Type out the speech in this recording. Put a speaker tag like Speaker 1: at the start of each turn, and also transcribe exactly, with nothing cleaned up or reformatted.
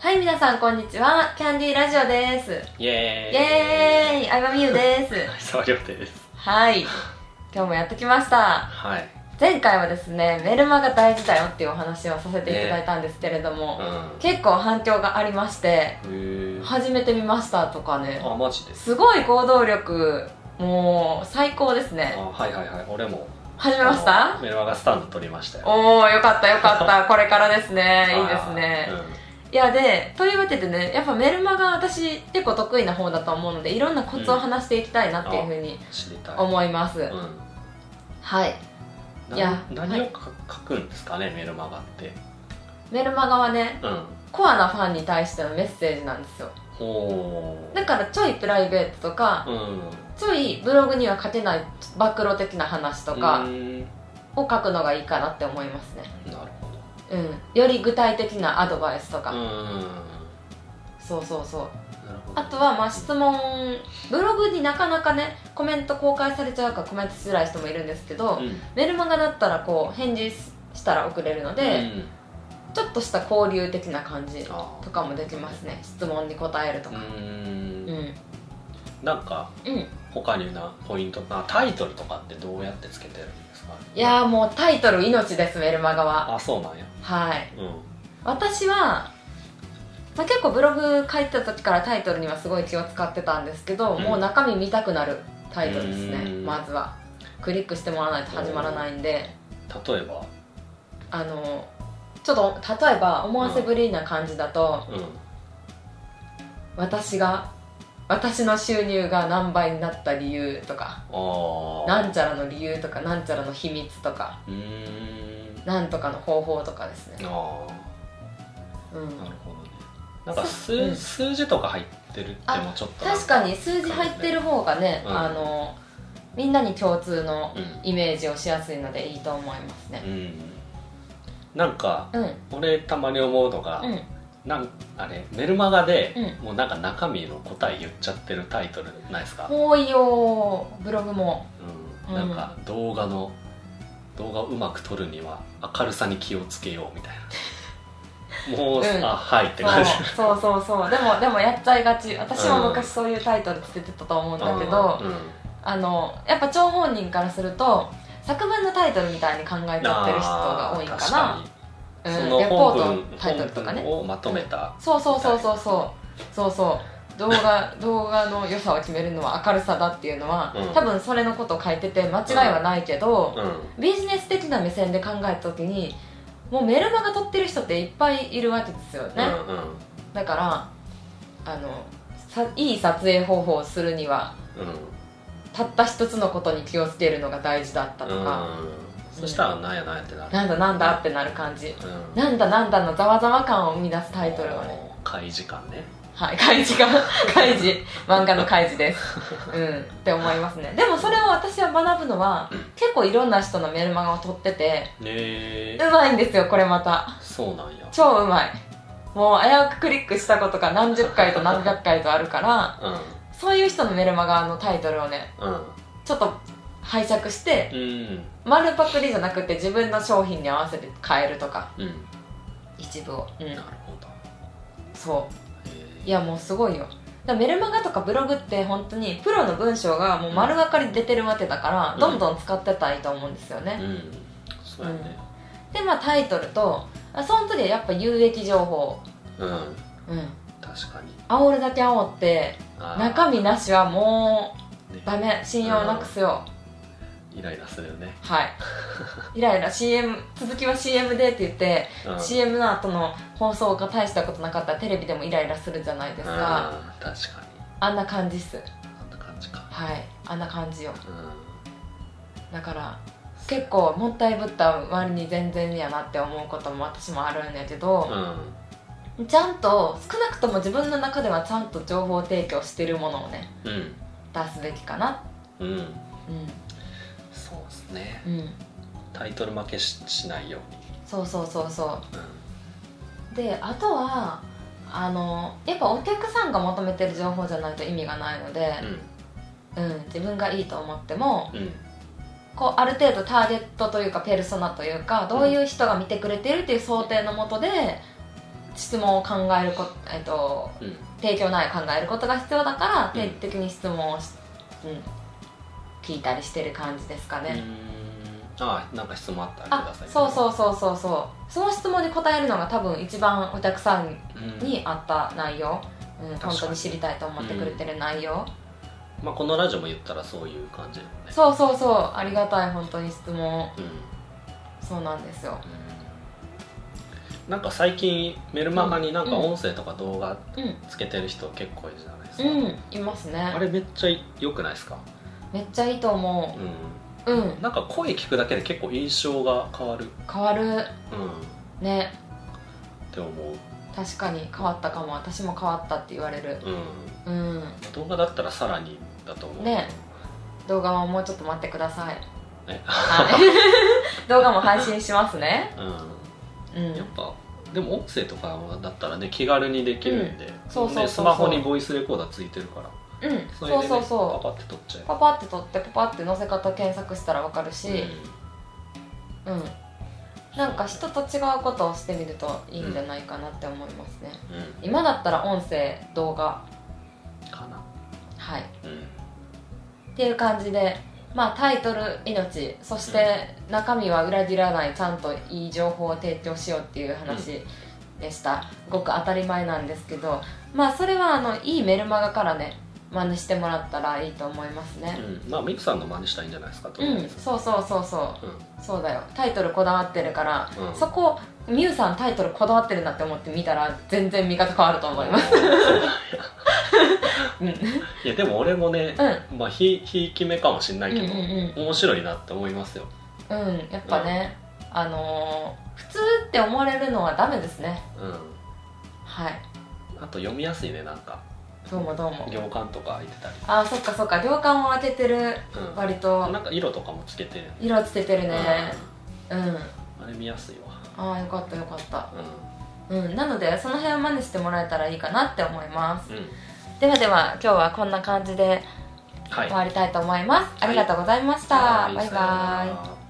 Speaker 1: はい、皆さんこんにちは。キャンディーラジオです。
Speaker 2: イエーイ
Speaker 1: イエーイ、相葉美優です
Speaker 2: 沢亮です。
Speaker 1: はい、今日もやってきました。
Speaker 2: はい。
Speaker 1: 前回はですね、メルマガ大事だよっていうお話をさせていただいたんですけれども、
Speaker 2: ねうん、結
Speaker 1: 構反響がありまして、始めてみましたとかね。
Speaker 2: あ、マジです。
Speaker 1: すごい行動力、もう最高ですね。
Speaker 2: あ、はいはいはい、俺も
Speaker 1: 始めました。
Speaker 2: メルマガスタンド取りましたよ。
Speaker 1: おお、よかったよかったこれからですね。いいですね、うん、いやで、というわけでね、やっぱメルマガ私結構得意な方だと思うので、いろんなコツを話していきたいなっていうふうに思います、うん、はい。
Speaker 2: いや何を書くんですかね、メルマガって。
Speaker 1: メルマガはね、うん、コアなファンに対してのメッセージなんですよ。だからちょいプライベートとか、うん、ちょいブログには書けない暴露的な話とかを書くのがいいかなって思いますね。
Speaker 2: なるほ
Speaker 1: ど、うん、より具体的なアドバイスとか、うん、そうそうそう。あとはまあ質問、ブログになかなかねコメント公開されちゃうからコメントしづらい人もいるんですけど、うん、メルマガだったらこう返事したら送れるので、うん、ちょっとした交流的な感じとかもできますね。質問に答えるとか。うん、うん、
Speaker 2: なんか、うん、他になポイントなタイトルとかってどうやってつけてるんですか？
Speaker 1: いやーもうタイトル命です、メルマガは。
Speaker 2: あ、そうなんや。
Speaker 1: はい、うん、私はまあ、結構ブログ書いてた時からタイトルにはすごい気を使ってたんですけど、うん、もう中身見たくなるタイトルですね。まずはクリックしてもらわないと始まらないんで。
Speaker 2: 例えば
Speaker 1: あのちょっと例えば思わせぶりな感じだと、うんうん、私が私の収入が何倍になった理由とか、なんちゃらの理由とか、なんちゃらの秘密とか、うーん、なんとかの方法とかですね。あ、
Speaker 2: うん、なるほどね。なんか 数,、うん、数字とか入ってるってもちょっと、ね、
Speaker 1: 確かに数字入ってる方がね、うん、あのみんなに共通のイメージをしやすいのでいいと思いますね、うん、
Speaker 2: なんか、うん、俺たまに思うのが、うん、なんあれメルマガで、うん、もうなんか中身の答え言っちゃってるタイトルないですか？
Speaker 1: 多いよ、ブログも、
Speaker 2: うん、なんか動画の動画をうまく撮るには明るさに気をつけようみたいなもう、うん、あ、はいって感じ。
Speaker 1: そうそうそうそう。でもでもやっちゃいがち。私も昔そういうタイトルつけてたと思うんだけど、うん、あのやっぱ張本人からすると作文のタイトルみたいに考えちゃってる人が多いかな。
Speaker 2: うん、その
Speaker 1: レポートタイトルとかね。
Speaker 2: をまとめた、
Speaker 1: うん。そうそうそうそうそうそうそう。動画動画の良さを決めるのは明るさだっていうのは、うん、多分それのことを書いてて間違いはないけど、うんうん、ビジネス的な目線で考えた時に。もうメルマガ撮ってる人っていっぱいいるわけですよね、うんうん、だからあのさいい撮影方法をするには、うん、たった一つのことに気をつけるのが大事だったとか、
Speaker 2: うん、そしたらなんやなんやってなる、
Speaker 1: なんだなんだってなる感じ、うん、なんだなんだのざわざわ感を生み出すタイトルをね。
Speaker 2: 開示感ね。
Speaker 1: はい、開示感開示漫画の開示ですうんって思いますね。でもそれを私は学ぶのは、うん、結構いろんな人のメルマガを撮ってて、ね、うまいんですよこれまた。
Speaker 2: そうなんや。
Speaker 1: 超うまい。もう危うくクリックしたことが何十回と何百回とあるから、うん、そういう人のメルマガのタイトルをね、うん、ちょっと拝借して、うん、丸パクリじゃなくて自分の商品に合わせて変えるとか、うん、一部を、うん、なるほど。そういやもうすごいよ。だメルマガとかブログって本当にプロの文章がもう丸分かり出てるわけだから、うん、どんどん使ってたらいいと思うんですよね、うん、そうやね、うん、でまあタイトルとその時はやっぱ有益情報、うん、うん、
Speaker 2: 確かに
Speaker 1: 煽るだけ煽って中身なしはもうダメ、ね、信用なくすよ、
Speaker 2: うん、イライラするよね。はい
Speaker 1: イライラ シーエム 続きは シーエム でって言って、うん、シーエム の後の放送が大したことなかったらテレビでもイライラするじゃないですか。
Speaker 2: 確かに
Speaker 1: あんな感じっす。
Speaker 2: あんな感じか。
Speaker 1: はい、あんな感じよ、うん、だから結構もったいぶった割に全然やなって思うことも私もあるんだけど、うん、ちゃんと少なくとも自分の中ではちゃんと情報提供してるものをね、うん、出すべきかな。うん、うん、
Speaker 2: そうですね、うん、タイトル負け し, しないように。
Speaker 1: そうそうそうそう、うん、であとはあのやっぱお客さんが求めてる情報じゃないと意味がないので、うんうん、自分がいいと思っても、うん、こうある程度ターゲットというかペルソナというかどういう人が見てくれてるっていう想定のもとで質問を考えること、えっとうん、提供内容を考えることが必要だから定期的に質問をし、うん、聞いたりしてる感じですかね。
Speaker 2: うん、ああ、なんか質問あったらください、ね、
Speaker 1: そうそうそうそうそう、その質問に答えるのが多分一番お客さんに合った内容、うんうん、本当に知りたいと思ってくれてる内容、
Speaker 2: うん、まあ、このラジオも言ったらそういう感じだよね。
Speaker 1: そうそうそう、ありがたい、本当に質問、うん、そうなんですよ、
Speaker 2: うん、なんか最近メルマガになんか音声とか動画つけてる人結構いるじゃないですか。
Speaker 1: うん、うん、いますね。
Speaker 2: あれめっちゃ良くないですか？
Speaker 1: めっちゃいいと思う。うん、うん、
Speaker 2: なんか声聞くだけで結構印象が変わる。
Speaker 1: 変わる、うん、ね
Speaker 2: って思う。
Speaker 1: 確かに変わったかも。私も変わったって言われる。うん、うん、動
Speaker 2: 画だったらさらにだと思う
Speaker 1: ね。動画はもうちょっと待ってください。はい、動画も配信しますね。
Speaker 2: うん、うん、やっぱでも音声とかだったらね気軽にできるんで、うん、そうそうそうそう、スマホにボイスレコーダーついてるから、うん、それで、ね、そうそうそう、パパって撮っちゃう。
Speaker 1: パパって撮ってパパって載せ方検索したら分かるし、うん、うん、なんか人と違うことをしてみるといいんじゃないかなって思いますね、うん、今だったら音声動画
Speaker 2: かな、
Speaker 1: はい、うん、っていう感じで、まあタイトル命、そして中身は裏切らない、ちゃんといい情報を提供しようっていう話でした、うん、ごく当たり前なんですけど、まあそれはあのいいメルマガからね真似してもらったらいいと思いますね、
Speaker 2: うん、まあミクさんの真似したらいいんじゃないですか。
Speaker 1: うん、そうそうそうそう、うん、そうだよ、タイトルこだわってるから、うん、そこミュウさんタイトルこだわってるなって思って見たら全然見方変わると思います。
Speaker 2: うん、いやでも俺もね、うん、まあひひいき目かもしれないけど、うんうんうん、面白いなって思いますよ。
Speaker 1: うん、やっぱね、うん、あのー、普通って思われるのはダメですね。うん、はい。
Speaker 2: あと読みやすいね、なんか。
Speaker 1: どうもどうも。
Speaker 2: 行間とか開いてたり。
Speaker 1: あー、そっかそっか、行間を当ててる、うん、割と。
Speaker 2: なんか色とかもつけてる、ね。
Speaker 1: 色つけてるね。うん。うん、
Speaker 2: あれ見やすいわ。
Speaker 1: ああ、よかったよかった。うん。うん、なのでその辺を真似してもらえたらいいかなって思います。うん、ではでは今日はこんな感じで終わりたいと思います。はい、ありがとうございました。はい、バイバイ。